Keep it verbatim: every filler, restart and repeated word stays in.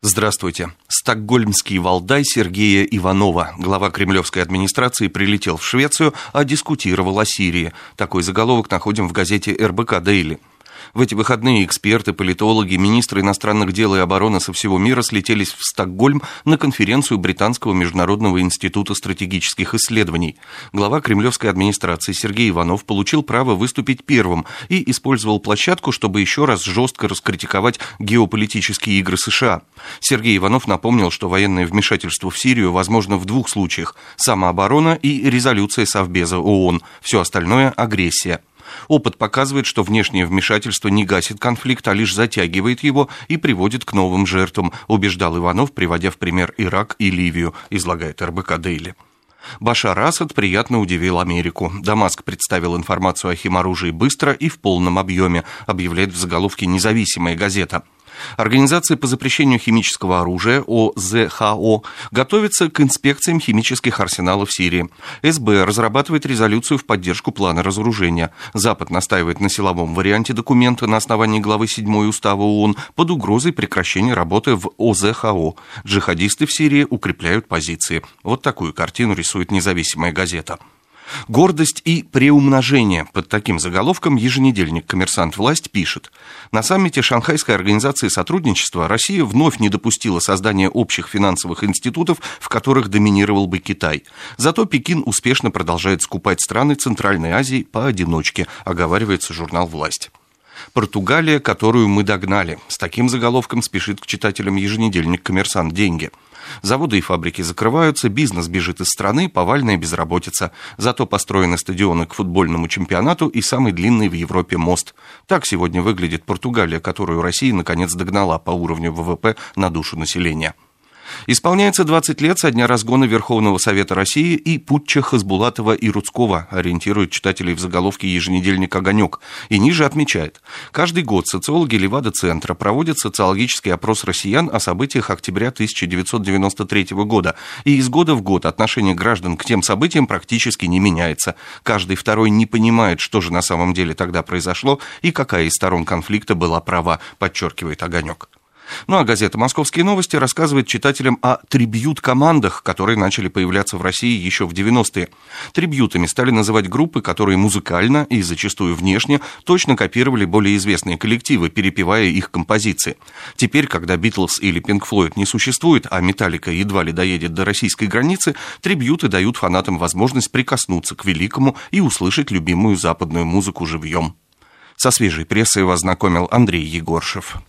Здравствуйте. Стокгольмский валдай Сергея Иванова, глава кремлевской администрации, прилетел в Швецию, а дискутировал о Сирии. Такой заголовок находим в газете эр бэ ка Дейли. В эти выходные эксперты, политологи, министры иностранных дел и обороны со всего мира слетелись в Стокгольм на конференцию Британского международного института стратегических исследований. Глава кремлевской администрации Сергей Иванов получил право выступить первым и использовал площадку, чтобы еще раз жестко раскритиковать геополитические игры США. Сергей Иванов напомнил, что военное вмешательство в Сирию возможно в двух случаях – самооборона и резолюция Совбеза ООН, все остальное – агрессия. Опыт показывает, что внешнее вмешательство не гасит конфликт, а лишь затягивает его и приводит к новым жертвам, убеждал Иванов, приводя в пример Ирак и Ливию, излагает эр бэ ка Дейли. Башар Асад приятно удивил Америку. Дамаск представил информацию о химоружии быстро и в полном объеме, объявляет в заголовке «Независимая газета». Организация по запрещению химического оружия о зэ ха о готовится к инспекциям химических арсеналов Сирии. эс бэ разрабатывает резолюцию в поддержку плана разоружения. Запад настаивает на силовом варианте документа на основании главы седьмой Устава ООН под угрозой прекращения работы в о зэ ха о. Джихадисты в Сирии укрепляют позиции. Вот такую картину рисует «Независимая газета». Гордость и преумножение. Под таким заголовком еженедельник «Коммерсант. Власть» пишет. На саммите Шанхайской организации сотрудничества Россия вновь не допустила создания общих финансовых институтов, в которых доминировал бы Китай. Зато Пекин успешно продолжает скупать страны Центральной Азии поодиночке, оговаривается журнал «Власть». Португалия, которую мы догнали. С таким заголовком спешит к читателям еженедельник «Коммерсант. Деньги». Заводы и фабрики закрываются, бизнес бежит из страны, повальная безработица. Зато построены стадионы к футбольному чемпионату и самый длинный в Европе мост. Так сегодня выглядит Португалия, которую Россия наконец догнала по уровню вэ вэ пэ на душу населения. Исполняется двадцать лет со дня разгона Верховного Совета России и путча Хасбулатова и Рудского, ориентирует читателей в заголовке еженедельник «Огонек». И ниже отмечает. Каждый год социологи Левада-центра проводят социологический опрос россиян о событиях октября тысяча девятьсот девяносто третьего года. И из года в год отношение граждан к тем событиям практически не меняется. Каждый второй не понимает, что же на самом деле тогда произошло и какая из сторон конфликта была права, подчеркивает «Огонек». Ну а газета «Московские новости» рассказывает читателям о трибьют-командах, которые начали появляться в России еще в девяностые. Трибьютами стали называть группы, которые музыкально и зачастую внешне точно копировали более известные коллективы, перепевая их композиции. Теперь, когда Битлз или Пинк Флойд не существует, а Металлика едва ли доедет до российской границы, трибьюты дают фанатам возможность прикоснуться к великому и услышать любимую западную музыку живьем. Со свежей прессой вас знакомил Андрей Егоршев.